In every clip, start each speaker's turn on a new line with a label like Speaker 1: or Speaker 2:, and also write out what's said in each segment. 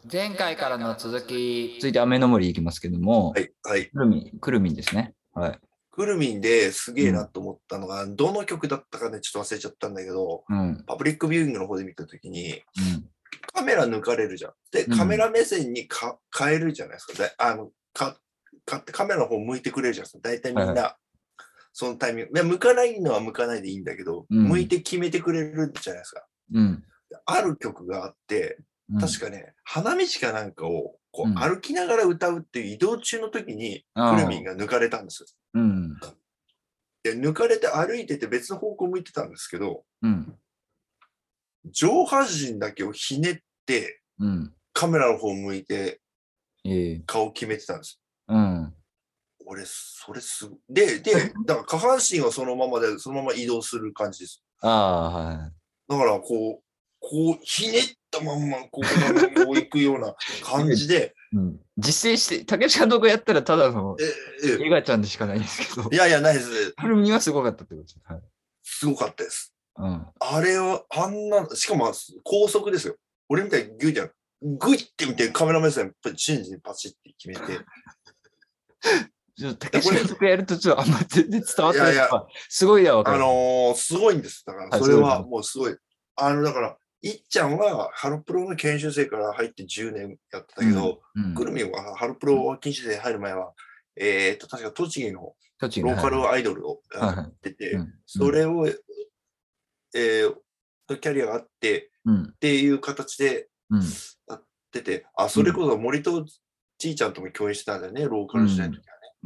Speaker 1: 前回からの続き、続いて雨の森いきますけども、
Speaker 2: はい、はい。
Speaker 1: くるみんですね。はい。
Speaker 2: くるみんですげえなと思ったのが、どの曲だったかね、ちょっと忘れちゃったんだけど、
Speaker 1: うん。
Speaker 2: パブリックビューイングの方で見たときに、
Speaker 1: うん。
Speaker 2: カメラ抜かれるじゃん。で、
Speaker 1: うん。
Speaker 2: カメラ目線に変えるじゃないですか。でカメラの方向いてくれるじゃないですか。大体
Speaker 1: はいはい。
Speaker 2: みんな、そのタイミング。向かないのは向かないでいいんだけど、
Speaker 1: うん。
Speaker 2: 向いて決めてくれるじゃないですか。
Speaker 1: うん。
Speaker 2: ある曲があって、
Speaker 1: うん。
Speaker 2: 確かね、花道かなんかを
Speaker 1: うん。
Speaker 2: 歩きながら歌うっていう移動中の時に、くる
Speaker 1: ああ。
Speaker 2: みんが抜かれたんですよ。
Speaker 1: うん。
Speaker 2: で、抜かれて歩いてて別の方向向いてたんですけど、
Speaker 1: うん。
Speaker 2: 上半身だけをひねって
Speaker 1: うん。
Speaker 2: カメラの方向いて
Speaker 1: ええ。
Speaker 2: 顔決めてたんです。
Speaker 1: うん。
Speaker 2: 俺、それすごだから下半身はそのままで、そのまま移動する感じです。
Speaker 1: ああ、はい。
Speaker 2: だからひねったまんま、こう行くような感じで、
Speaker 1: うん。実践して、竹内監督がやったらただの
Speaker 2: え、
Speaker 1: 映画ちゃんでしかないんですけど、
Speaker 2: いやいや、ないです。
Speaker 1: くるみんはすごかったってことです。はい。
Speaker 2: すごかったです。
Speaker 1: うん。
Speaker 2: あれは、しかも高速ですよ。俺みたいにグイじゃん。グイって見てカメラ目線、瞬時にパチって決めて。
Speaker 1: 竹
Speaker 2: これ、
Speaker 1: 内監督やるとちょっとあんま全然伝わってない。
Speaker 2: いやいや、
Speaker 1: すごいやわかる。
Speaker 2: すごいんです。だから、
Speaker 1: はい、
Speaker 2: それは
Speaker 1: すごいです。
Speaker 2: もうすごい。だから、いっちゃんはハロプロの研修生から入って10年やってた
Speaker 1: うん。
Speaker 2: けど、
Speaker 1: うん。
Speaker 2: くるみんはハロプロ研修生入る前は、確か栃木の
Speaker 1: 栃木ね。はいはい。
Speaker 2: ローカルアイドルをやっ
Speaker 1: はいはい。
Speaker 2: てて、
Speaker 1: うん。うん。
Speaker 2: それを、キャリアがあって、
Speaker 1: うん。
Speaker 2: っていう形で
Speaker 1: うん。
Speaker 2: やってて、それ
Speaker 1: うん。
Speaker 2: こそ森とちいちゃんとも共演してたんだよね、ローカル時代の時
Speaker 1: うん。
Speaker 2: はね。
Speaker 1: うん。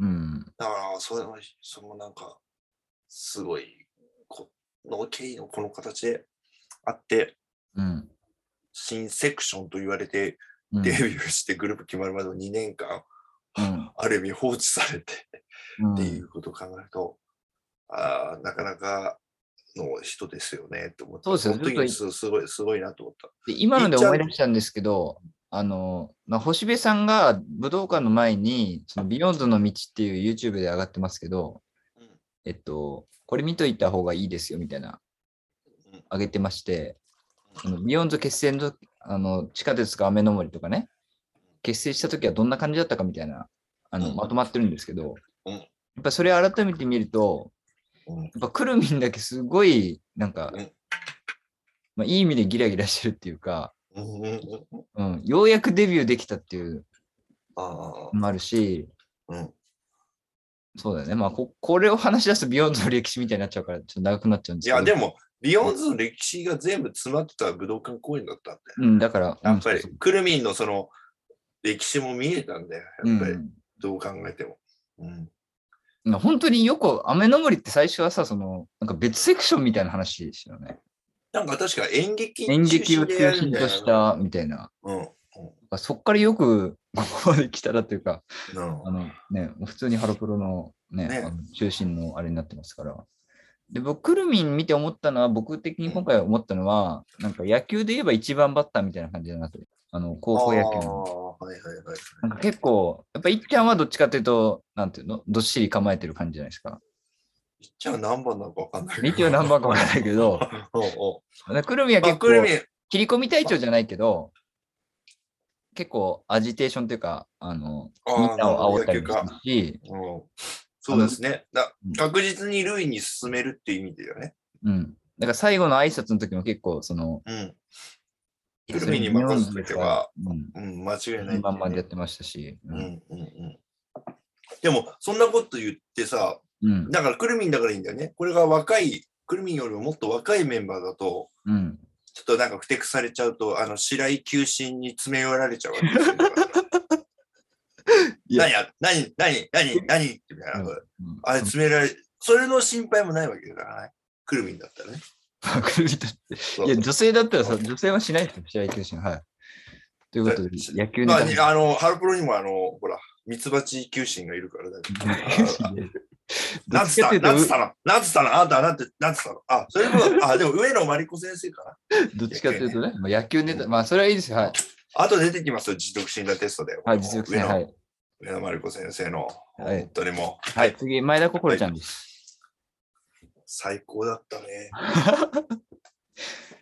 Speaker 2: だから、そのなんか、すごい、経緯のこの形であって、
Speaker 1: うん。
Speaker 2: 新セクションと言われてデビ
Speaker 1: うん。
Speaker 2: ューしてグループ決まるまでの2年間、
Speaker 1: うん。
Speaker 2: ある意味放置されてってい
Speaker 1: うん。
Speaker 2: うことを考えると、なかなかの人ですよねと思った。
Speaker 1: そうですよ。
Speaker 2: その時にすごいなと思った。
Speaker 1: 今ので
Speaker 2: いっちゃん、
Speaker 1: 思い出したんですけど、星部さんが武道館の前に、そのビヨンドの道っていう YouTube で上がってますけど、
Speaker 2: うん、
Speaker 1: これ見といた方がいいですよみたいな、
Speaker 2: うん、
Speaker 1: 上げてまして、そのビヨンド結成の時、地下鉄か雨の森とかね、結成した時はどんな感じだったかみたいな、
Speaker 2: うん、
Speaker 1: まとまってるんですけど、
Speaker 2: うん、
Speaker 1: やっぱそれを改めて見ると、
Speaker 2: うん、
Speaker 1: やっぱくるみんだけすごい、なんか、
Speaker 2: うん、
Speaker 1: まあ、いい意味でギラギラしてるっていうか、
Speaker 2: うん、うん、
Speaker 1: うん、ようやくデビューできたっていう
Speaker 2: あ
Speaker 1: のもあるし、
Speaker 2: うん、
Speaker 1: そうだよね。まあこれを話し出すとビヨンドの歴史みたいになっちゃうから、ちょっと長くなっちゃうんですけど。
Speaker 2: いや、でも、ビヨンズの歴史が全部詰まってた武道館公演だったんだよ。
Speaker 1: うん、だから、うん、
Speaker 2: やっぱり、
Speaker 1: そうそう。
Speaker 2: くるみんのその歴史も見えたんだよ。やっぱり、
Speaker 1: うん。
Speaker 2: どう考えても。うん。
Speaker 1: 本当によく、雨の森って最初はさ、なんか別セクションみたいな話でしたよね。
Speaker 2: なんか確か演劇
Speaker 1: 演
Speaker 2: 中
Speaker 1: 劇を中
Speaker 2: 心でやるみ
Speaker 1: 心とし
Speaker 2: たいなの。
Speaker 1: たみたいな。
Speaker 2: うん。
Speaker 1: そっからよくここまで来たらというか、
Speaker 2: うん。
Speaker 1: ね、普通にハロプロのね、
Speaker 2: ね。
Speaker 1: 中心のあれになってますから。で、僕、くるみん見て思ったのは、僕的に今
Speaker 2: うん。
Speaker 1: 回思ったのは、なんか野球で言えば一番バッターみたいな感じだなと。高
Speaker 2: あ
Speaker 1: 校野球の。
Speaker 2: あ、はいはいはい。
Speaker 1: なんか結構、やっぱいっちゃんはどっちかというと、なんていうの、どっしり構えてる感じじゃないですか。
Speaker 2: じゃあ何番なのかわかんないけど。
Speaker 1: 一応何番かわからないけど、
Speaker 2: おうおう
Speaker 1: くるみは
Speaker 2: まあ、
Speaker 1: 結構、
Speaker 2: くるみ、
Speaker 1: 切り込み隊長
Speaker 2: ま
Speaker 1: じゃないけど、結構アジテーションというか、みんな
Speaker 2: なるほど、
Speaker 1: を煽ったりもす
Speaker 2: 野球か。
Speaker 1: るし、
Speaker 2: うん。
Speaker 1: あの、
Speaker 2: そうですね。
Speaker 1: うん
Speaker 2: 確実に塁に進めるっていう意味だよね。
Speaker 1: うん。だから最後の挨拶の時も結構、
Speaker 2: うん。
Speaker 1: いや、
Speaker 2: くるみに
Speaker 1: それビヨ
Speaker 2: 任せ
Speaker 1: ンドですから、
Speaker 2: とけば、
Speaker 1: うん。
Speaker 2: うん、間違いな
Speaker 1: 順
Speaker 2: いっていうね。
Speaker 1: 番までやってましたし、うん。
Speaker 2: うんうんうん。でも、そんなこと言ってさ、
Speaker 1: うん。
Speaker 2: だからくるみんだからいいんだよね。これがくるみんよりももっと若いメンバーだと、
Speaker 1: うん。
Speaker 2: ちょっとなんかふてくされちゃうと、白井球審に詰め寄られちゃうわけですよ。だから、
Speaker 1: いや、
Speaker 2: 何ってみたいな。
Speaker 1: うん。
Speaker 2: あれ詰められ、それの心配もないわけだからね。くるみんだったらね。
Speaker 1: くるみといや、
Speaker 2: そう。
Speaker 1: 女性だったらさ、女性はしないですよ、試合球審。はい。ということで、野球ネ
Speaker 2: まあ、
Speaker 1: タも。
Speaker 2: ハロプロにもほら、ミツバチ球審がいるからね。
Speaker 1: 野球審でどっちかっていうと、
Speaker 2: なんつったのそれも、でも上野真理子先生か
Speaker 1: どっ
Speaker 2: な。
Speaker 1: ちかっていうとね、まあ、野球ネタ、
Speaker 2: うん。
Speaker 1: まあ、それはいいですよ。はい。
Speaker 2: あと出てきますよ、実力診断テストで。
Speaker 1: はい、実力戦、はい。
Speaker 2: 上野真理子先生の、
Speaker 1: はい。
Speaker 2: 本当にもう、
Speaker 1: はい、
Speaker 2: はい。
Speaker 1: 次、前田心
Speaker 2: はい。
Speaker 1: ちゃんです。
Speaker 2: 最高だったね。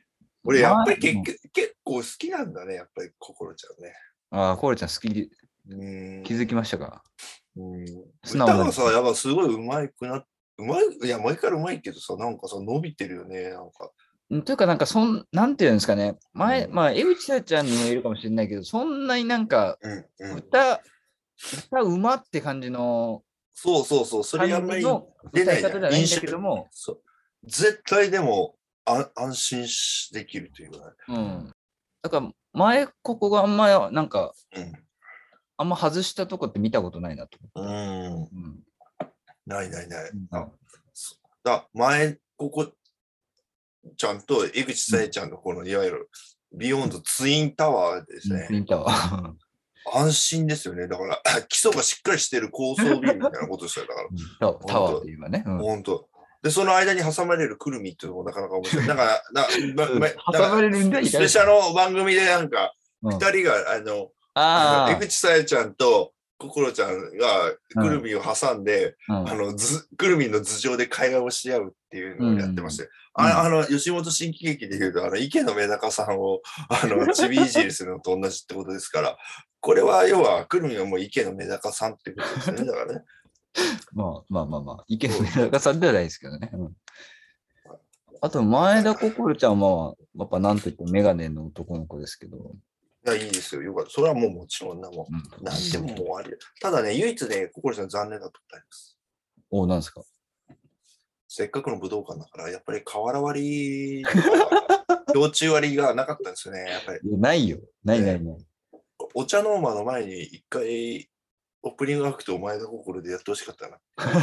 Speaker 2: 俺、やっぱり結構好きなんだね、やっぱり、心ちゃんね。
Speaker 1: ああ、コールちゃん好きで気づきましたか？素直な。
Speaker 2: 歌がさ、やっぱすごいうまくなっいや、前からうまいけどさ、なんかさ、伸びてるよね、なんか。
Speaker 1: というか、なんかなんていうんですかね。
Speaker 2: うん
Speaker 1: まあ、江口さやちゃんにもいるかもしれないけど、そんなになんか、
Speaker 2: うんうん。
Speaker 1: 歌うまって感じの、
Speaker 2: そうそうそう、それあんまり出
Speaker 1: 歌い
Speaker 2: ないじゃん。
Speaker 1: 方じゃないんだ
Speaker 2: 印象、
Speaker 1: けども、
Speaker 2: そう。絶対でも安心できるというかね。
Speaker 1: うん。だから、ここがあんま、なんか、あんま外したとこって見たことないなと
Speaker 2: うん。うん。
Speaker 1: 思って。
Speaker 2: ないないない。
Speaker 1: うん。
Speaker 2: 前、ここちゃんと江口さえちゃんのこの、いわゆるビヨンドツインタワーですね。
Speaker 1: ツインタワー。
Speaker 2: 安心ですよね。だから、基礎がしっかりしてる高層ビルみたいなことですよ。だから、
Speaker 1: タワーといえばね。
Speaker 2: 本当。で、その間に挟まれるくるみっていうのもなかなか面白い。なんか、
Speaker 1: 挟まれるんだ、
Speaker 2: スペシャルの番組でなんか、
Speaker 1: うん、
Speaker 2: 二人が、江口さえちゃんと心ちゃんがくるみを挟んで、くるみの頭上で会話をし合うっていうのをやってまして、吉本新喜劇でいうと、池野メダカさんを、ちびいじりするのと同じってことですから、これは要は、くるみはもう池野メダカさんってことですよね、だからね。
Speaker 1: まあ、池野メダカさんではないですけどね。あと、前田心ちゃんは、やっぱなんといってもメガネの男の子ですけど。
Speaker 2: いや、いいですよ。よかった。それはもうもちろんなもん。なんでももうあり。ただね、唯一ね、心ちゃん残念だと思います。
Speaker 1: なんですか？
Speaker 2: せっかくの武道館だから、やっぱり瓦割りとか、氷柱割りがなかったんですよね、やっぱり。
Speaker 1: ないよ。ない。
Speaker 2: お茶ノーマの前に一回、オープニングアクトを前田心でやってほしかったな。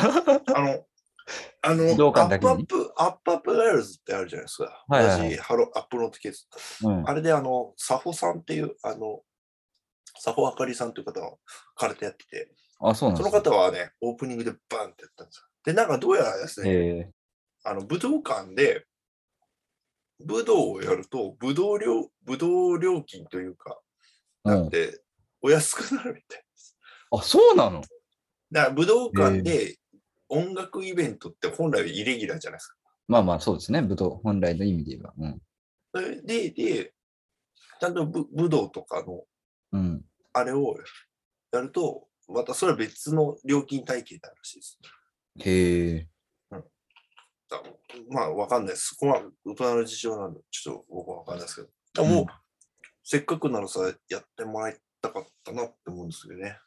Speaker 1: 武道館だけに
Speaker 2: アップアップガールズってあるじゃないですか。同じアップロードケース。あれでサホさんっていう、サホあかりさんという方が空手やってて、
Speaker 1: そうなんです
Speaker 2: その方はね、オープニングでバンってやったんですよ。で、なんかどうやらですね、武道館で武道をやると、武道料金というか、なんて、お安くなるみたいです。
Speaker 1: そうなの？
Speaker 2: だから武道館で音楽イベントって本来はイレギュラーじゃないですか。
Speaker 1: まあ、そうですね。本来の意味で言えば。
Speaker 2: で、ちゃんと武道とかの、あれをやると、またそれは別の料金体系になるらしいです。
Speaker 1: へえ。
Speaker 2: まあ、わかんないです。そこは大人の事情なんで、ちょっと僕はわかんないですけど。もう、せっかくならさ、やってもらいたかったなって思うんですけどね。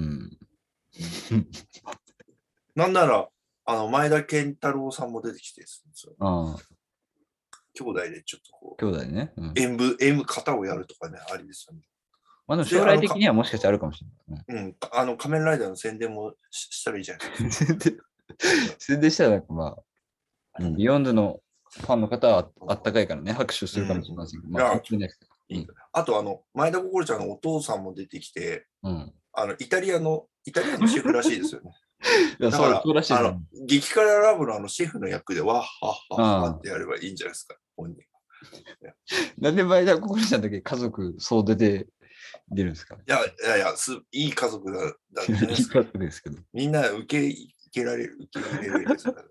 Speaker 2: なんなら、前田健太郎さんも出てきてですね。兄弟でちょっとこ
Speaker 1: う。兄弟ね。
Speaker 2: 演舞型をやるとかね、ありですよね。
Speaker 1: でも将来的にはもしかしたらあるかもしれ
Speaker 2: ない。仮面ライダーの宣伝もしたらいいじゃないですか。
Speaker 1: 宣伝したらなんかまあ、ビヨンドのファンの方はあったかいからね、拍手するかもしれませんけど。
Speaker 2: あと、前田心ちゃんのお父さんも出てきて、イタリアのシェフらしいですよね。だから、激辛ラブのシェフの役で、わっはっはってやればいいんじゃないですか、本人。
Speaker 1: なんで前田心ちゃんだけ家族総出で出るんですか？
Speaker 2: いや、いい家族だじゃないですか。いい家族ですけど。みんな受け入れられるですから。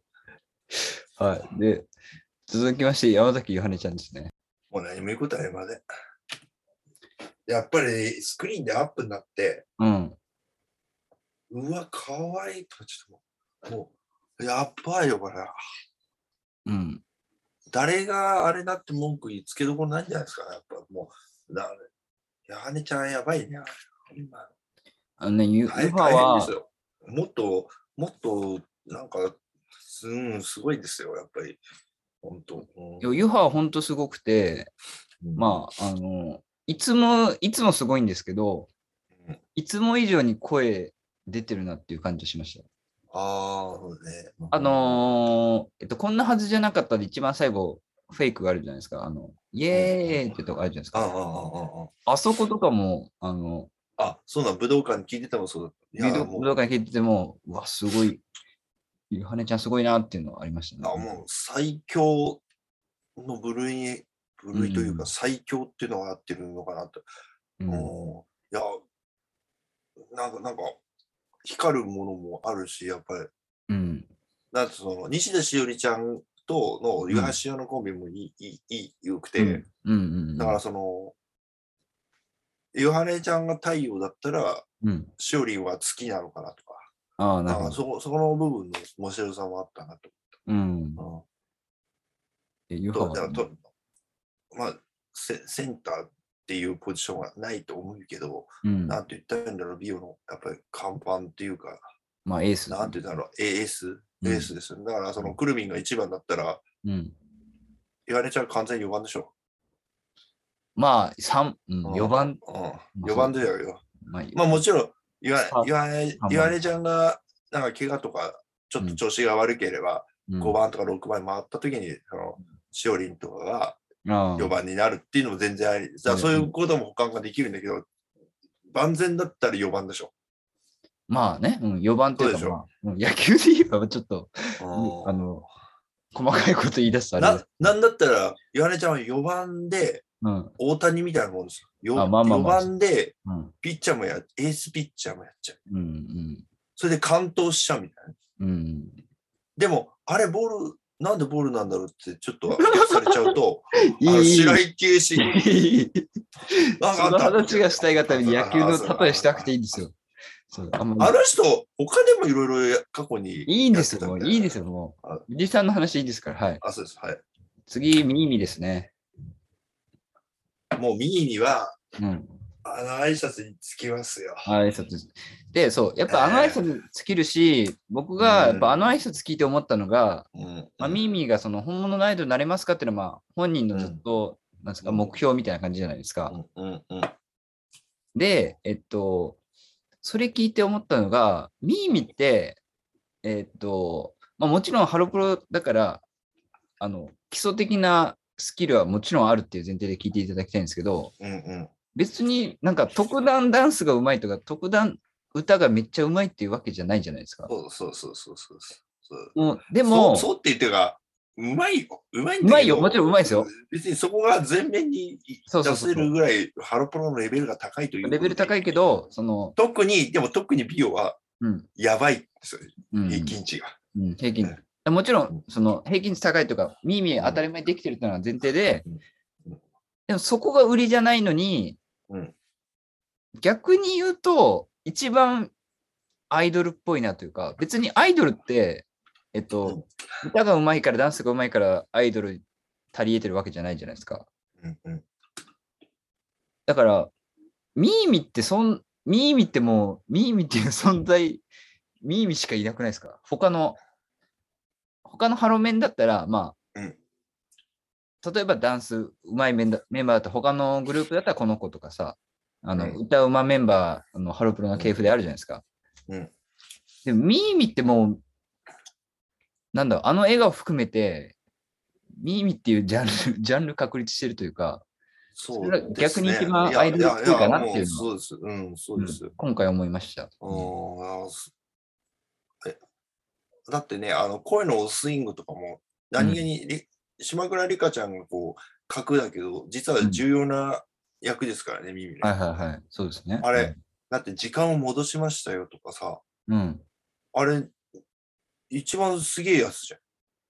Speaker 1: はい。で、続きまして、山崎ゆはねちゃんですね。
Speaker 2: もう何も言うことはありません。やっぱりスクリーンでアップになって、うわ、かわいいと、ちょっともう、やっばいよ、これ。誰があれだって文句言いつけどころないんじゃないですか、やっぱもう。やはねちゃんやばいね。
Speaker 1: ゆはは、
Speaker 2: もっと、なんか、すごいですよ、やっぱり。本当。
Speaker 1: ゆはは本当すごくて、まあ、いつもすごいんですけど、いつも以上に声出てるなっていう感じがしました。こんなはずじゃなかったで一番最後、フェイクがあるじゃないですか。イエーイってとこあるじゃないですか。あそことかも、
Speaker 2: そうな、武道館に聞いててもそう
Speaker 1: だった。武道館に聞いてても、うわ、すごい、ゆはねちゃんすごいなっていうのはありましたね。
Speaker 2: もう最強の部類というか、最強っていうのが合ってるのかなと。いや、なんか、光るものもあるし、やっぱり。だって西田しおりちゃんとの岩橋屋のコンビも良くて、だからその、ヨハネちゃんが太陽だったら、しおりんは月なのかなとか、そこの部分の面白さもあったなと思った。まあ、センターっていうポジションはないと思うけど、なんて言ったらいいんだろう、ビオのやっぱり看板っていうか、
Speaker 1: まあエース。
Speaker 2: なんて言うんだろう、エースです。だからそのくるみんが1番だったら、ヨハネちゃん完全に4番でしょ。
Speaker 1: まあ、4番。
Speaker 2: 4番でやるよ。まあもちろん、ヨハネちゃんがなんか怪我とか、ちょっと調子が悪ければ、5番とか6番に回った時に、しおりんとかが4番になるっていうのも全然あり。そういうことも保管ができるんだけど、万全だったら4番でしょ。
Speaker 1: まあね、4番っていうか、野球で言えばちょっと、細かいこと言い出すとあれです。
Speaker 2: なんだったら、ヨハネちゃんは4番で、大谷みたいなもんですよ。4番で、ピッチャーもエースピッチャーもやっちゃう。それで完投しちゃうみたいな。でも、あれなんでボールなんだろうってちょっとされちゃうと、白井球審。
Speaker 1: その話がしたいがために野球の例えしたくていいんですよ。
Speaker 2: あの人、他でもいろいろ過去に。
Speaker 1: いいんですよ、いいですよ、もう。おじさんの話いいですから、はい。
Speaker 2: そうです、はい。
Speaker 1: 次、ミーミですね。
Speaker 2: もうミーミは、挨拶につきますよ。
Speaker 1: 挨拶。で、そう、やっぱ挨拶尽きるし、僕がやっぱ挨拶聞いて思ったのが、ミーミがその本物のアイドルになれますかっていうのは、本人のずっと、なんですか、目標みたいな感じじゃないですか。で、それ聞いて思ったのが、ミーミって、もちろんハロプロだから、基礎的なスキルはもちろんあるっていう前提で聞いていただきたいんですけど、別になんか特段ダンスがうまいとか、特段歌がめっちゃうまいっていうわけじゃないじゃないですか。でも、
Speaker 2: そうって言ってか、うまいよ。うまい
Speaker 1: よ。もちろんうまいですよ。
Speaker 2: 別にそこが前面に出せるぐらいハロプロのレベルが高いという。
Speaker 1: レベル高いけど、
Speaker 2: 特に美容はやばいですよ、平均値が。
Speaker 1: 平均。もちろん、平均値高いとか、ミーミー当たり前にできてるというのは前提で、でもそこが売りじゃないのに、逆に言うと、一番アイドルっぽいなというか、別にアイドルって、歌がうまいから、ダンスがうまいからアイドル足り得てるわけじゃないじゃないですか。だから、ミーミってもう、ミーミっていう存在、ミーミしかいなくないですか？他のハロメンだったら、例えばダンスうまいメンバーだったら、他のグループだったらこの子とかさ、歌うまメンバーのハロプロの系譜であるじゃないですか。でも、ミーミってもう、なんだ、笑顔含めて、ミーミっていうジャンル確立してるというか、
Speaker 2: そうですね、
Speaker 1: 逆に一番アイドルっぽいかなっていうのは、
Speaker 2: そうです。
Speaker 1: 今回思いました。
Speaker 2: だってね、声のスイングとかも、何気に、島倉里香ちゃんがこう、格だけど、実は重要な役ですからね、耳ね。
Speaker 1: そうですね。
Speaker 2: あれ、だって時間を戻しましたよとかさ、あれ、一番すげえやつじゃん。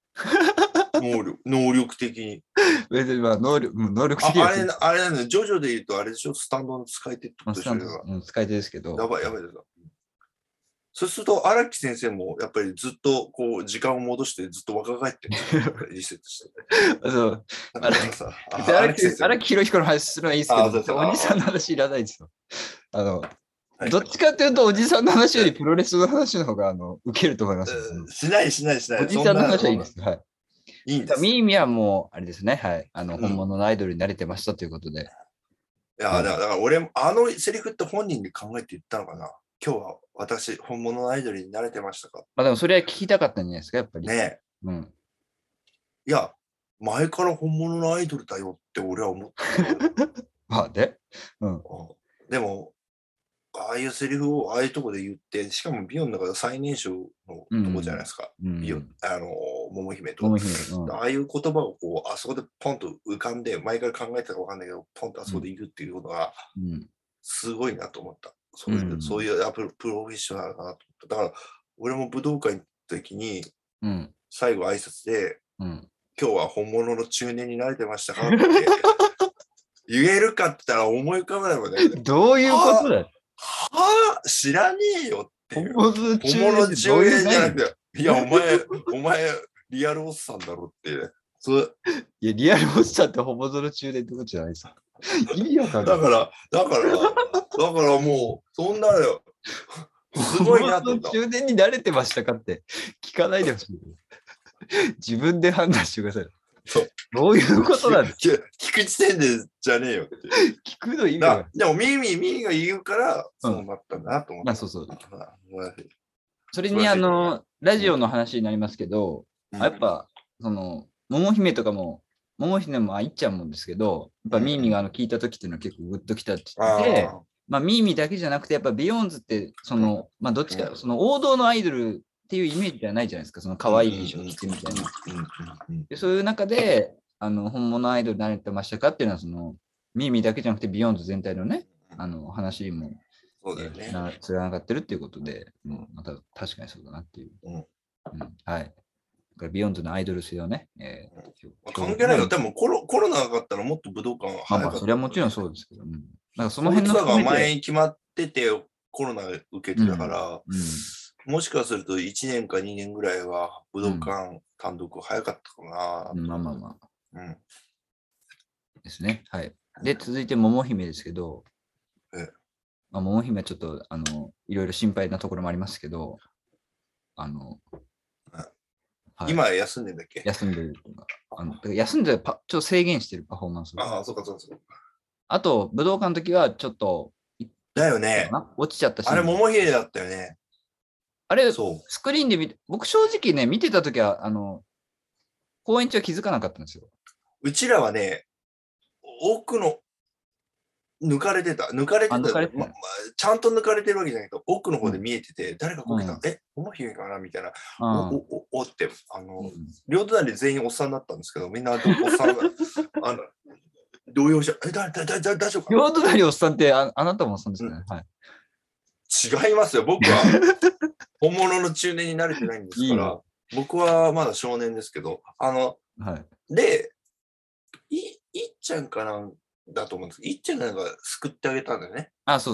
Speaker 2: 能力的に。
Speaker 1: 別に能力的に。
Speaker 2: あれなんだよ、ジョジョで言うとあれでしょ、スタンドの使い手ってことでしょ。
Speaker 1: 使い手ですけど。
Speaker 2: やばいですよ。そうすると、荒木先生もやっぱりずっとこう時間を戻してずっと若返ってる。リセットして。
Speaker 1: そう。荒木宏彦の話するのはいいですけど、おじさんの話いらないですよ。どっちかっていうと、おじさんの話よりプロレスの話の方が受けると思います。
Speaker 2: しない。おじ
Speaker 1: さんの話はいいです。はい。
Speaker 2: いいんです。
Speaker 1: ミーミはもう、あれですね。はい。本物のアイドルに慣れてましたということで。
Speaker 2: いや、だから俺も、セリフって本人で考えて言ったのかな。今日は私、本物のアイドルに慣れてましたか？
Speaker 1: でもそれは聞きたかったんじゃないですか、やっぱり。
Speaker 2: ねえ。いや、前から本物のアイドルだよって俺は思った
Speaker 1: で
Speaker 2: でも、ああいうセリフをああいうとこで言って、しかもビヨンの中で最年少のとこじゃないですか。ビヨン、桃姫と。ああいう言葉をこう、あそこでポンと浮かんで、前から考えてたかわかんないけど、ポンとあそこで言うっていうことが、すごいなと思った。そういうプロフェッショナルだなと思った。だから、俺も武道館行った時に、最後挨拶で、 今日は本物の中年に慣れてましたかって言えるかって言ったら思い浮かばないもんね。
Speaker 1: どういうことだよ。
Speaker 2: はあ、知らねえよっていう。
Speaker 1: 本物
Speaker 2: 中年じゃなくて、いや、お前、リアルおっさんだろっていう。
Speaker 1: いや、リアルおっさんって本物の中年ってことじゃないですか。意味わかんない。
Speaker 2: だからもう、そんなのよ。すごいなと思った。
Speaker 1: 中年に慣れてましたかって聞かないでほしい。自分で判断してください。
Speaker 2: そう。
Speaker 1: どういうことなんですか？
Speaker 2: 聞く時点でじゃねえよって。
Speaker 1: 聞くの意味が。
Speaker 2: でも、ミーが言うから、そうなったんだなと思って。
Speaker 1: まあ、そう。それに、ラジオの話になりますけど、やっぱ、桃姫とかも、桃姫もいっちゃうもんですけど、やっぱミーミが聞いた時っていうのは結構グッときたって言ってて、まあ、ミーミだけじゃなくて、やっぱビヨーンズって、まあ、どっちか、王道のアイドルっていうイメージではないじゃないですか、可愛い衣装着てみたいな。でそういう中で、本物アイドルになれてましたかっていうのは、ミーミだけじゃなくて、ビヨーンズ全体のね、話も、つながってるっていうことで、また確かにそうだなっていう。はい。ビヨンズのアイドル性をね。
Speaker 2: 関係ないよ。でもコロナがかかったらもっと武道館は早かった。
Speaker 1: それはもちろんそうですけど、なんかその辺の。
Speaker 2: が前に決まってて、コロナ受けてたから、もしかすると1年か2年ぐらいは武道館単独早かったかな。
Speaker 1: まあ。ですね。はい。で、続いて桃姫ですけど、桃姫はちょっと、いろいろ心配なところもありますけど、
Speaker 2: 今休んでんだっけ？
Speaker 1: 休んでる。休んでちょっと制限してるパフォーマンス。
Speaker 2: そうか。
Speaker 1: あと、武道館の時はちょっと、
Speaker 2: だよね。
Speaker 1: 落ちちゃったし。
Speaker 2: あれ、桃姫だったよね。
Speaker 1: あれ、スクリーンで僕正直ね、見てた時は、公演中は気づかなかったんですよ。
Speaker 2: うちらはね、奥の、抜かれてた。ちゃんと抜かれてるわけじゃないけど、奥の方で見えてて、誰がこけたの？桃姫かなみたいな。おって、両隣全員おっさんだったんですけど、みんなおっさんが、動揺しちゃう。大丈夫か？
Speaker 1: 両隣おっさんって、あなたもおっさんですね。はい。
Speaker 2: 違いますよ。僕は本物の中年に慣れてないんですから、僕はまだ少年ですけど、で、いっちゃんかなだと思うんですけど、いっちゃんがなんか救ってあげたんだよね。
Speaker 1: そう。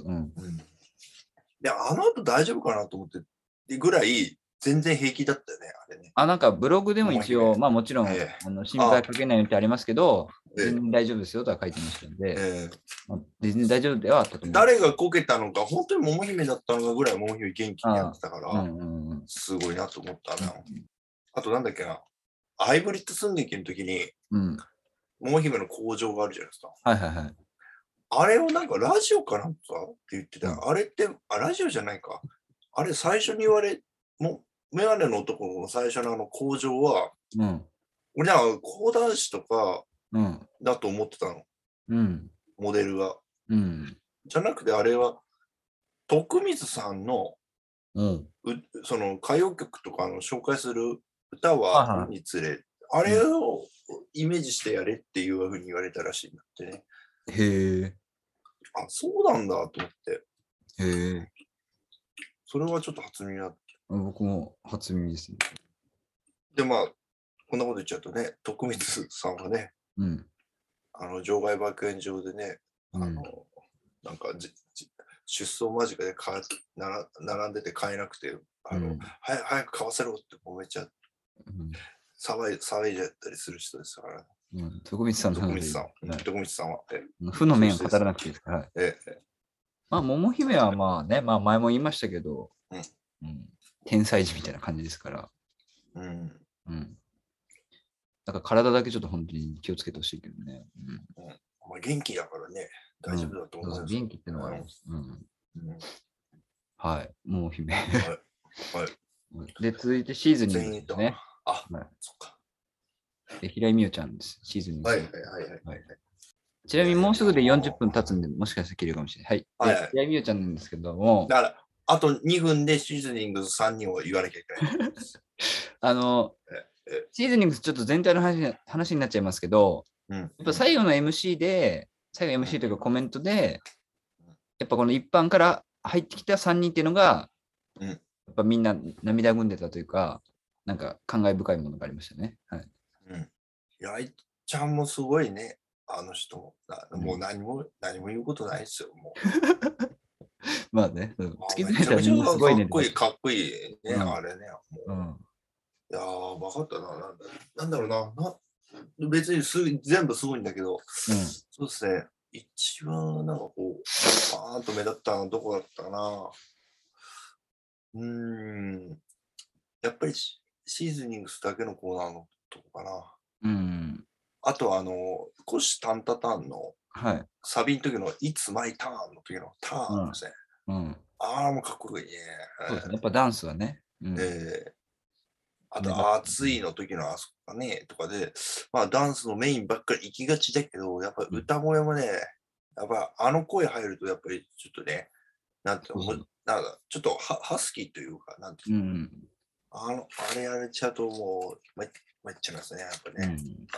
Speaker 2: で、あの後大丈夫かなと思ってぐらい、全然平気だったよね、あれね。
Speaker 1: なんかブログでも一応、まあもちろん、心配かけないようにってありますけど、全然大丈夫ですよとは書いてましたので、全然大丈夫ではあったと思う。
Speaker 2: 誰がこけたのか、本当に桃姫だったのかぐらい桃姫元気にやってたから、すごいなと思ったな。あとなんだっけな、ハイブリッド寸劇の時に、桃姫の工場があるじゃないですか。
Speaker 1: はい。
Speaker 2: あれをなんかラジオかなんかって言ってた。あれって、ラジオじゃないか。あれ最初に言われ、メガネの男の最初の工場は、俺は講談師とかだと思ってたの。モデルが。じゃなくてあれは、徳光さんの、その歌謡曲とかの紹介する歌はにつれ、あれをイメージしてやれっていうふうに言われたらしいんだってね。
Speaker 1: へえ。
Speaker 2: そうなんだと思って。
Speaker 1: へえ。
Speaker 2: それはちょっと初耳だった。
Speaker 1: 僕も初耳ですね。
Speaker 2: で、まあ、こんなこと言っちゃうとね、徳光さんはね、場外爆炎上でね、なんか出走間近で並んでて買えなくて、早く買わせろってめっちゃ騒いじゃったりする人ですから。
Speaker 1: 徳光さん
Speaker 2: は。
Speaker 1: 負の面を語らなくていいですから。まあ、桃姫はまあね、まあ前も言いましたけど、天才児みたいな感じですから。だから体だけちょっと本当に気をつけてほしいけどね。
Speaker 2: 元気だからね、大丈夫だと思います。
Speaker 1: 元気ってのはあります。はい、桃姫。で、続いてシーズニングですね。
Speaker 2: そっか。
Speaker 1: 平井美桜ちゃんです。シーズニング。ちなみにもうすぐで40分経つんで、もしかしたら切るかもしれない。はい。平井美桜ちゃんなんですけども。
Speaker 2: だから、あと2分でシーズニング3人を言わなきゃいけない。
Speaker 1: シーズニングちょっと全体の話になっちゃいますけど、やっぱ最後の MC というかコメントで、やっぱこの一般から入ってきた3人っていうのが、やっぱみんな涙ぐんでたというか、 なんか感慨深いものがありましたね。はい。
Speaker 2: やいちゃんもすごいね、あの人も。もう何も言うことないですよ、もう。
Speaker 1: まあね、
Speaker 2: めちゃめちゃかっこいいね、あれね。いやー、分かったな。なんだろうな。別に全部すごいんだけど、そうですね。一番なんかこう、バーンと目立ったのはどこだったかな。やっぱりシーズニングスだけのコーナーのとこかな。あと虎視タンタタンのサビの時のIt's My Turn の時のターンですね。ああ、もうかっこいいね。
Speaker 1: そうですね。やっぱダンスはね。
Speaker 2: あと、暑いの時のあそこかね、とかで、まあダンスのメインばっかり行きがちだけど、やっぱり歌声もね、やっぱあの声入るとやっぱりちょっとね、なんていうの、なんかちょっとハスキーというか、なんていうの、あれやれちゃうともう、参っちゃいますね、やっぱね。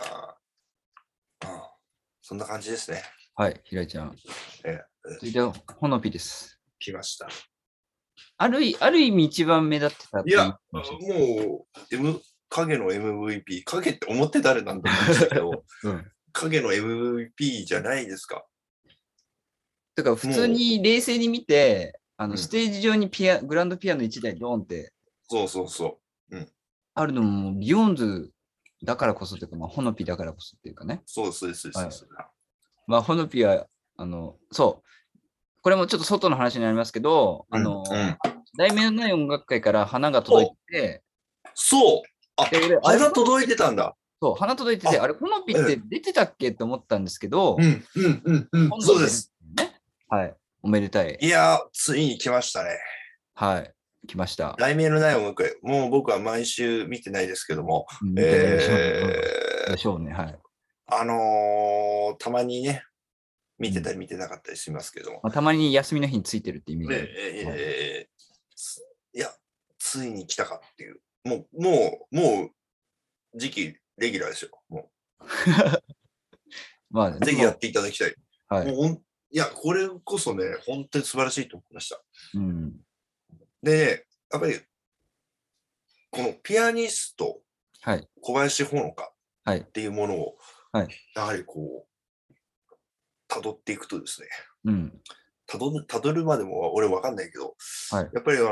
Speaker 2: そんな感じですね。
Speaker 1: はい、平井ちゃん。続いて、ほのぴです。
Speaker 2: 来ました。
Speaker 1: ある意味一番目立ってたっていう。
Speaker 2: いや、もう、影の MVP、影って思って誰なんだと思うんですけど、影の MVP じゃないですか。
Speaker 1: だから普通に冷静に見て、ステージ上にグランドピアノ1台ドーンって。
Speaker 2: そう。
Speaker 1: あるのも、ビヨーンズだからこそというか、まあ、ほのぴだからこそっていうかね。
Speaker 2: そうです。
Speaker 1: まあ、ほのぴは、そう。これもちょっと外の話になりますけど、題名のない音楽会から花が届いて、
Speaker 2: そう花届いてたんだ。
Speaker 1: そう、花届いてて、あれ、ほのぴって出てたっけって思ったんですけど、
Speaker 2: そうです。
Speaker 1: はい。おめでたい。
Speaker 2: いや、ついに来ましたね。
Speaker 1: はい。来ました。
Speaker 2: 題名のない音楽会、もう僕は毎週見てないですけども、
Speaker 1: でしょうね。はい。
Speaker 2: たまにね、見てたり見てなかったりしますけども。
Speaker 1: たまに休みの日についてるって意味
Speaker 2: で。いや、ついに来たかっていう。もう、次期レギュラーですよ。もう。
Speaker 1: まあ、
Speaker 2: ぜひやっていただきたい。
Speaker 1: はい。
Speaker 2: いや、これこそね、本当に素晴らしいと思いました。で、やっぱり、このピアニスト、小林ほのかっていうものを、やはりこう、辿っていくとですね、辿るまでも俺わかんないけど、やっぱり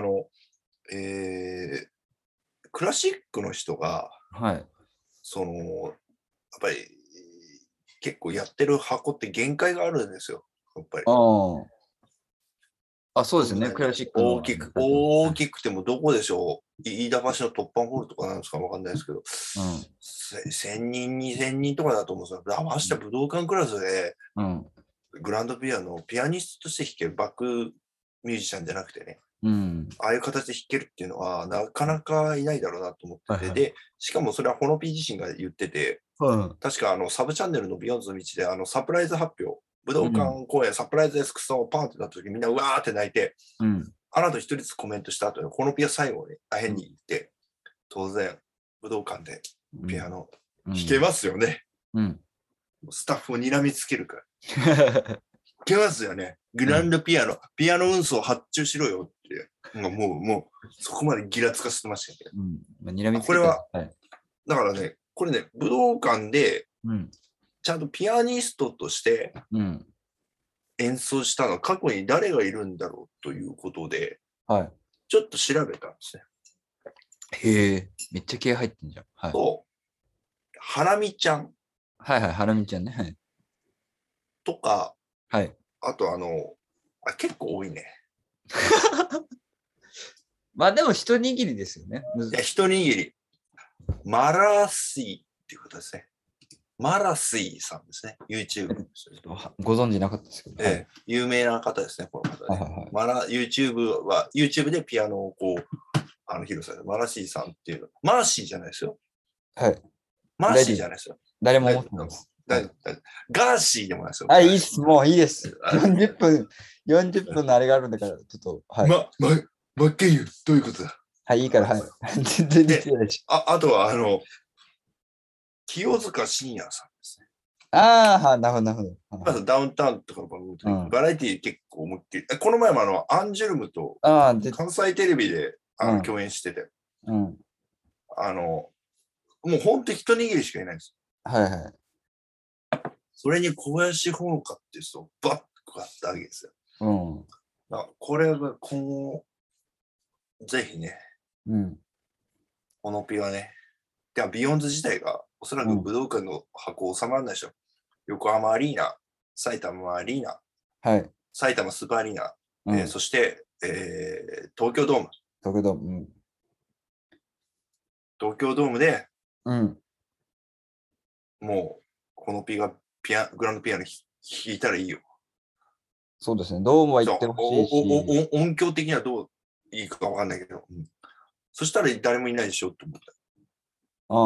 Speaker 2: クラシックの人が、やっぱり結構やってる箱って限界があるんですよ、やっぱり。
Speaker 1: そうですね、クラシック
Speaker 2: 大きくてもどこでしょう、飯田橋の突破ホールとかなんですかわかんないですけど、1000人、2000人とかだと思うんですよ。まして武道館クラスで、グランドピアノ、ピアニストとして弾けるバックミュージシャンじゃなくてね、ああいう形で弾けるっていうのはなかなかいないだろうなと思ってて、で、しかもそれはほのぴ自身が言ってて、確かサブチャンネルのビヨンズの道でサプライズ発表、武道館公演サプライズエスクソンをパンってなった時みんなうわーって泣いて、あなた一人ずつコメントした後にほのぴは最後に変に言って、当然武道館でピアノ弾けますよね。スタッフを睨みつけるから。弾けますよね。グランドピアノ、ピアノ運送発注しろよって。もう、そこまでギラつかせてましたけど。これは、だからね、これね、武道館で、ちゃんとピアニストとして演奏したのは過去に誰がいるんだろうということで、ちょっと調べたんですね。
Speaker 1: へえ、めっちゃ気合入ってんじゃん。
Speaker 2: そう。ハラミちゃん。
Speaker 1: ハラミちゃんね。
Speaker 2: とか、あと結構多いね。
Speaker 1: まあでも一握りですよね。
Speaker 2: いや、一握り。マラシーっていうことですね。マラシーさんですね。YouTube。
Speaker 1: ご存知なかったですけど。
Speaker 2: 有名な方ですね、この方ね。YouTube でピアノをこう、披露される。マラシーさんっていうの。マーシーじゃないですよ。マーシーじゃないですよ。
Speaker 1: 誰も思ってないです。
Speaker 2: ガーシーでもないですよ。
Speaker 1: いいっす。もういいです。40分のあれがあるんだから、ちょっと。
Speaker 2: マッケンユー、どういうことだ？
Speaker 1: いいから、全然できないし。
Speaker 2: あとは、清塚信也さんですね。
Speaker 1: なるほど。
Speaker 2: まずダウンタウンとかの番組、バラエティー結構思いっきり。この前もアンジュルムと関西テレビで共演してて。 もう本当に一握りしかいないんです。
Speaker 1: はいはい。
Speaker 2: それに小林ほのかっていう人をバッと買ったわけですよ。
Speaker 1: うん。
Speaker 2: これが今後、ぜひね、
Speaker 1: うん。
Speaker 2: このピはね、ではビヨンズ自体がおそらく武道館の箱収まらないでしょ。横浜アリーナ、埼玉アリーナ、
Speaker 1: はい。
Speaker 2: 埼玉スーパーアリーナ、そして、東京ドーム。
Speaker 1: 東京ドーム。
Speaker 2: 東京ドームで、
Speaker 1: うん。
Speaker 2: もう、このピがグランドピアノ弾いたらいいよ。
Speaker 1: そうですね。ドームは行ってほしいし。
Speaker 2: 音響的にはどういいかわかんないけど、そしたら誰もいないでしょって思った。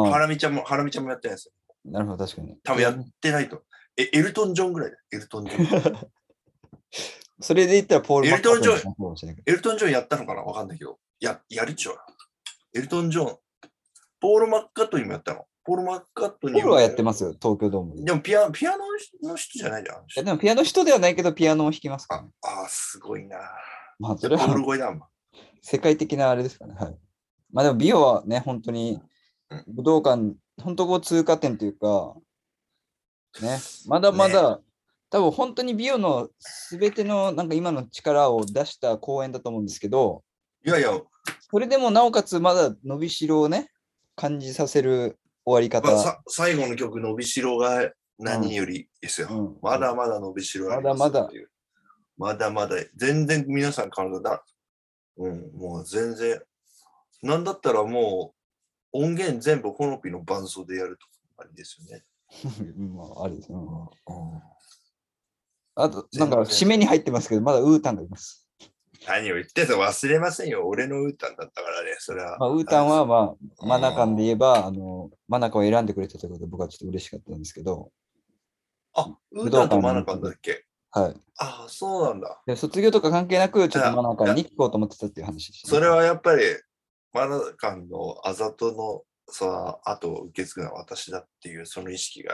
Speaker 2: ハラミちゃんもやってないですよ。
Speaker 1: なるほど、確かに。
Speaker 2: 多分やってないと。エルトン・ジョンぐらいだよ。エルトン・ジョン。
Speaker 1: それで言ったらポール・マッカートニ
Speaker 2: ー。エルトン・ジョンやったのかなわかんないけど。やるっちゅう。エルトン・ジョン。ポール・マッカートニーもやったの。ポール・マッカートニー
Speaker 1: ポールはやってますよ、東京ドームで。
Speaker 2: でもピアノの人じゃないじゃん。い
Speaker 1: やでもピアノ人ではないけど、ピアノを弾きますから、ね。
Speaker 2: すごいな。
Speaker 1: まあ、それは
Speaker 2: ポール声だもん。
Speaker 1: 世界的なあれですかね。はい。まあでも、美容はね、本当に武道館、本当こう通過点というか、ね、まだまだ、多分本当に美容のすべてのなんか今の力を出した公演だと思うんですけど、
Speaker 2: いやいや、
Speaker 1: それでもなおかつまだ伸びしろをね、感じさせる終わり方。
Speaker 2: 最後の曲、伸びしろが何よりですよ。まだまだ伸びしろありますっていう。まだまだ、全然皆さん体だ。もう全然。なんだったらもう音源全部ほのぴの伴奏でやるとかありですよね。
Speaker 1: まあ、あれですね。あと、なんか、締めに入ってますけど、まだウータンがいます。
Speaker 2: 何を言ってんの忘れませんよ。俺のウータンだったからね、それは。
Speaker 1: まあ、ウータンは、まあ、マナカンで言えば、マナカを選んでくれたということで、僕はちょっと嬉しかったんですけど。
Speaker 2: ウータンとマナカンだっけ？
Speaker 1: はい。
Speaker 2: そうなんだ。
Speaker 1: で卒業とか関係なく、ちょっとマナカンに聞こうと思ってたっていう話でした、
Speaker 2: ね。それはやっぱり、マナカンのあざとの、後を受け継ぐのは私だっていう、その意識が。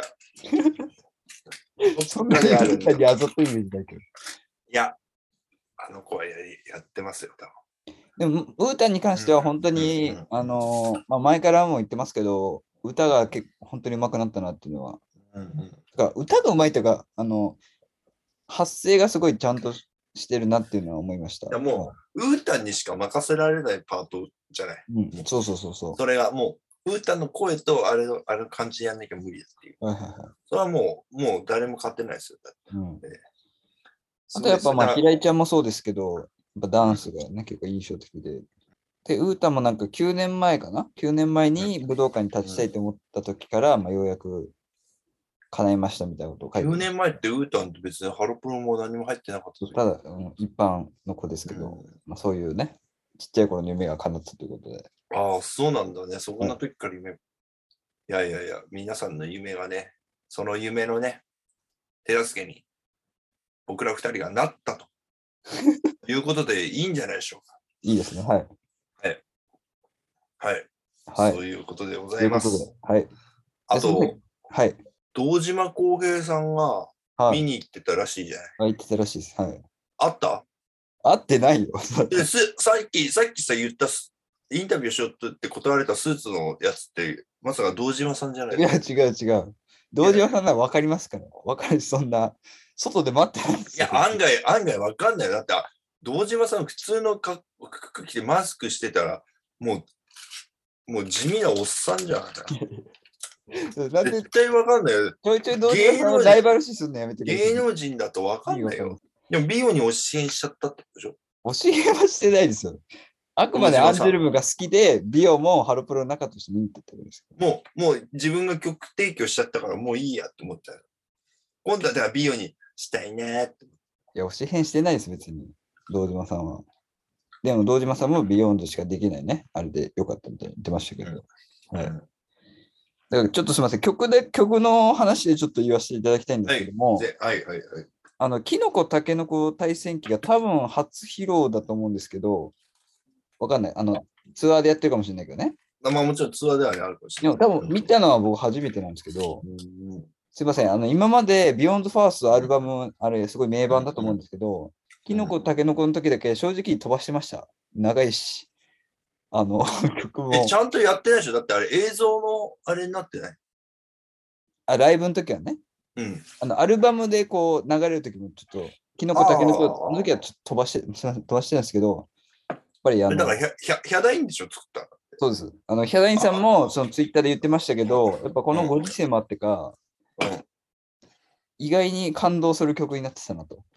Speaker 1: そんなにあるんだ。あざといイメージだけど。
Speaker 2: いや、あの子はやってますよ、多
Speaker 1: 分。でも、ウータンに関しては本当に、前からも言ってますけど、歌が本当に上手くなったなっていうのは。歌が上手いというか、発声がすごいちゃんとしてるなっていうのは思いました。
Speaker 2: いやもう、ウータンにしか任せられないパートじゃない。
Speaker 1: そう。
Speaker 2: それがもう、ウータンの声とあれの感じでやんなきゃ無理だっていう。それはもう誰も勝てないですよ。
Speaker 1: あとやっぱ平井ちゃんもそうですけど、やっぱダンスがね、結構印象的で。で、ウータンもなんか9年前かな ?9 年前に武道館に立ちたいと思った時から、ようやく叶えましたみたいなことを
Speaker 2: 書いて9年前ってウータンって別にハロプロも何も入ってなかった
Speaker 1: ただ、一般の子ですけど、そういうね、ちっちゃい頃の夢が叶ったということで。
Speaker 2: そうなんだね。そこんな時から夢。いや、皆さんの夢がね、その夢のね、手助けに僕ら2人がなったということでいいんじゃないでしょうか。
Speaker 1: いいですね。はい。
Speaker 2: そういうことでございます。
Speaker 1: はい。
Speaker 2: あと、堂島康平さんが見に行ってたらしいじゃない。
Speaker 1: 行ってたらしいです。はい。
Speaker 2: あった
Speaker 1: 会ってないよ。
Speaker 2: さっきさ言ったインタビューしようって断られたスーツのやつって、まさか堂島さんじゃない？
Speaker 1: いや、違う。堂島さんなら分かりますから。分かるし、そんな、外で待ってないんです
Speaker 2: よ。いや、案外分かんない。だって、堂島さん普通の服着てマスクしてたら、もう地味なおっさんじゃん。絶対分かんないよ。
Speaker 1: ちょいちょい堂島さんのライバル視するのやめてください。
Speaker 2: 芸能人だと分かんないよ。でも美容に教えしちゃったってことでしょ？
Speaker 1: 教えはしてないですよ。あくまでアンジュルムが好きで、美容もハロプロの中として見に行ってってことです。
Speaker 2: もう自分が曲提供しちゃったからもういいやって思ったよ。今度は美容にしたいねって。
Speaker 1: いや、教え変してないです、別に。堂島さんは。でも、堂島さんもビヨンドしかできないね。あれでよかったみたいに言ってましたけど。はい。だからちょっとすみません。曲の話でちょっと言わせていただきたいんですけども、キノコタケノコ対戦記が多分初披露だと思うんですけど、わかんない。ツアーでやってるかもしれないけどね。
Speaker 2: まあもちろんツアーではあるかもしれない。
Speaker 1: でも多分見たのは僕初めてなんですけど、すいません。今までビヨンドファーストアルバム、あれすごい名盤だと思うんですけど、キノコタケノコの時だけ正直飛ばしてました。長いし。 曲も。
Speaker 2: ちゃんとやってないでしょ？だってあれ映像のあれになってない？
Speaker 1: ライブの時はね。
Speaker 2: うん。
Speaker 1: アルバムでこう流れる時もちょっと、キノコタケノコの時はちょっと飛ばしてるんですけど、やっぱり
Speaker 2: だからヒャダインでしょ、作ったの。
Speaker 1: そうです。ヒャダインさんもそのツイッターで言ってましたけど、やっぱこのご時世もあってか、意外に感動する曲になってたなと。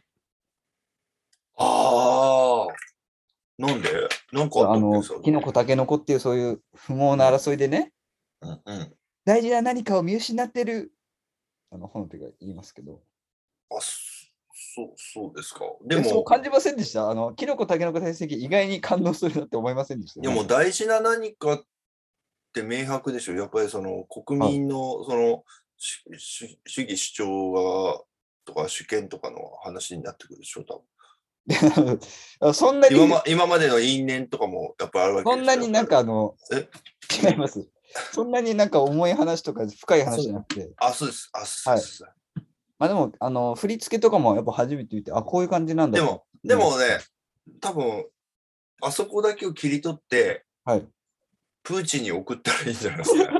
Speaker 2: ああ、なんで？なんか
Speaker 1: キノコタケノコっていうそういう不毛な争いでね、大事な何かを見失ってる、本というか言いますけど。
Speaker 2: あ、そうですか。でも、
Speaker 1: そう感じませんでした？キノコタケノコ大戦記意外に感動するなって思いませんでした？
Speaker 2: でも大事な何かって明白でしょ。やっぱりその国民のその主義主張がとか主権とかの話になってくるでしょ、多
Speaker 1: 分。そんなに
Speaker 2: 今までの因縁とかもやっぱあるわけ
Speaker 1: でしょ。そんなになんか違います。そんなになんか重い話とか深い話じゃなくて。
Speaker 2: そうです。
Speaker 1: はい。まあでも、振り付けとかもやっぱ初めて見て、こういう感じなんだと。
Speaker 2: でもね、多分、あそこだけを切り取って、
Speaker 1: はい、
Speaker 2: プーチンに送ったらいいんじゃないですか。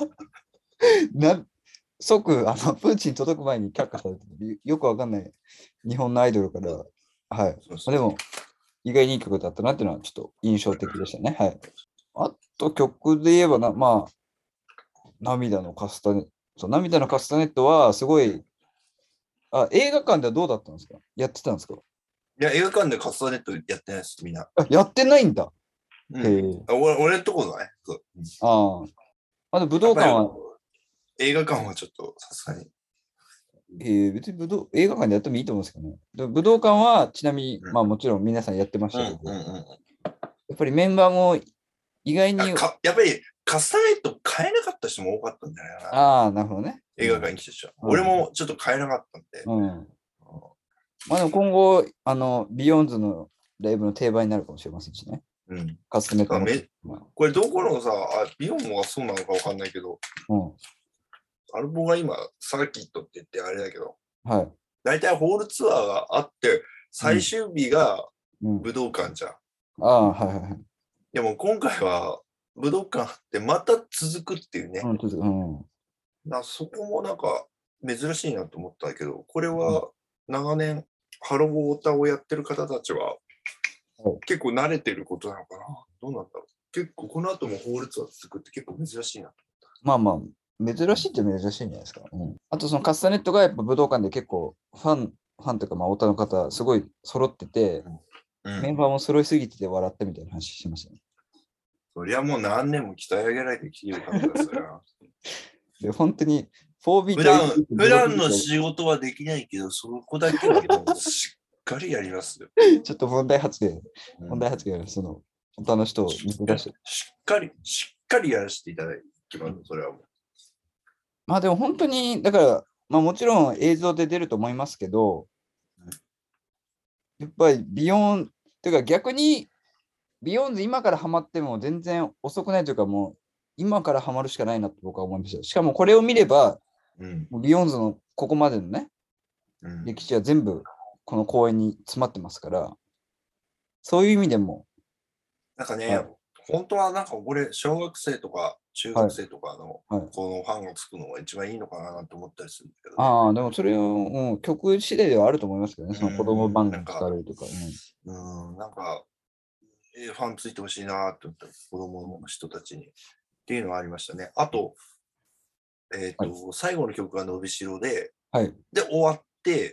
Speaker 1: 即、プーチン届く前に却下されてよくわかんない日本のアイドルから、はい。でも、意外にいい曲だったなっていうのはちょっと印象的でしたね。はい。あと曲で言えばまあ、涙のカスタネットはすごい、映画館ではどうだったんですか？やってたんですか？
Speaker 2: いや、映画館でカスタネットやってないです、みんな。
Speaker 1: やってないんだ。
Speaker 2: 俺のところだね。
Speaker 1: 武道館は
Speaker 2: 映画館はちょっとさすがに。
Speaker 1: 別に映画館でやってもいいと思うんですけどね。武道館はちなみに、まあもちろん皆さんやってましたけど、やっぱりメンバーも意外に。
Speaker 2: やっぱりカスタネット買えなかった人も多かったんじゃないかな。
Speaker 1: なるほどね。
Speaker 2: 映画館に来てた人。俺もちょっと買えなかったんで。
Speaker 1: まあでも今後、ビヨンズのライブの定番になるかもしれませんしね。カスタネット
Speaker 2: これどこのさ、ビヨンもそうなのかわかんないけど、アルボが今、サーキットって言ってあれだけど、大体ホールツアーがあって、最終日が武道館じゃん。でも今回は武道館ってまた続くっていうね。そこもなんか珍しいなと思ったけど、これは長年ハローウォーターをやってる方たちは結構慣れてることなのかな。どうなんだろう。結構この後もホールツアー続くって結構珍しいなと
Speaker 1: 思った。まあ珍しいって珍しいんじゃないですか。あとそのカスタネットがやっぱ武道館で結構ファンというかオタの方すごい揃ってて、メンバーも揃いすぎてて笑ったみたいな話してましたね。
Speaker 2: そりゃもう何年も鍛え上げられてきてる方ですから。
Speaker 1: で本当に4ビー
Speaker 2: ト普段の仕事はできないけど、そこだけはしっかりやりますよ。
Speaker 1: ちょっと問題発言、その他の人を見て出して。
Speaker 2: しっかりやらせていただきます、それはもう。
Speaker 1: まあでも本当に、だから、もちろん映像で出ると思いますけど、やっぱりビヨン、というか逆に、ビヨンズ今からハマっても全然遅くないというか、もう今からハマるしかないなと僕は思いました。しかもこれを見れば、ビヨンズのここまでのね、歴史は全部この公演に詰まってますから、そういう意味でも。
Speaker 2: なんかね、本当はなんか俺、小学生とか中学生とかのこのファンがつくのが一番いいのかなと思ったりするんだけど、
Speaker 1: でもそれを、曲次第ではあると思いますけどね、その子供番組使われるとか。
Speaker 2: なんか、ファンついてほしいなと思った子供の人たちに。っていうのはありましたね。あと、最後の曲が伸びしろで、で、終わって、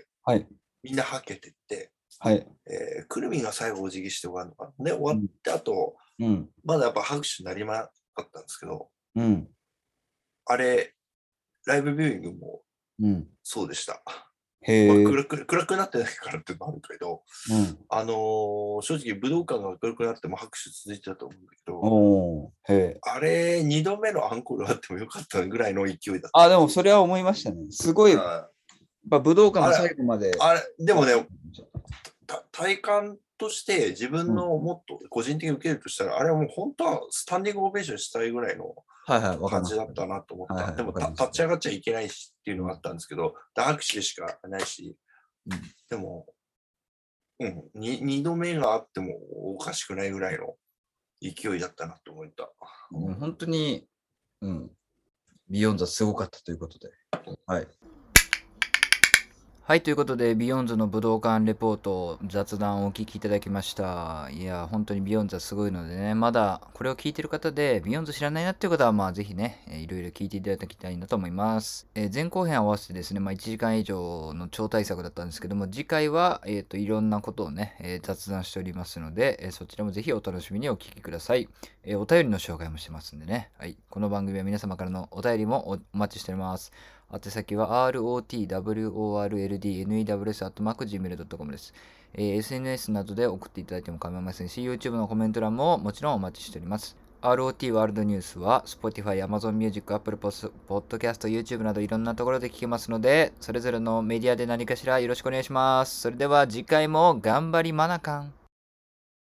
Speaker 2: みんなはけてって、くるみが最後お辞儀して終わるのかな。で、終わってあと、まだやっぱ拍手になりまなかったんですけど、あれ、ライブビューイングもそうでした。暗くなってないからっていうのもあるけど、正直武道館が明るくなっても拍手続いてたと思うんだけど、あれ、2度目のアンコールあってもよかったぐらいの勢いだった。
Speaker 1: でもそれは思いましたね。すごい、武道館の最後まで。
Speaker 2: でもね、体感として自分のもっと個人的に受けるとしたら、あれはもう本当はスタンディングオベーションしたいぐらいの感じだったなと思った。でも立ち上がっちゃいけないしっていうのがあったんですけど、拍手でしかないし、でも、2度目があってもおかしくないぐらいの勢いだったなと思った。
Speaker 1: 本当に、ビヨンズはすごかったということで。はい。はい、ということで、ビヨンズの武道館レポート、雑談をお聞きいただきました。いや、本当にビヨンズはすごいのでね、まだこれを聞いてる方で、ビヨンズ知らないなっていう方は、ぜひね、いろいろ聞いていただきたいなと思います。前後編合わせてですね、1時間以上の超大作だったんですけども、次回は、いろんなことをね、雑談しておりますので、そちらもぜひお楽しみにお聞きください。お便りの紹介もしてますんでね、はい、この番組は皆様からのお便りもお待ちしております。宛先は rotworldnews@gmail.com です。SNS などで送っていただいても構いませんし、YouTube のコメント欄ももちろんお待ちしております。ROT ワールドニュースは Spotify、Amazon Music、Apple Podcast、YouTube などいろんなところで聞けますので、それぞれのメディアで何かしらよろしくお願いします。それでは次回も頑張りマナカン。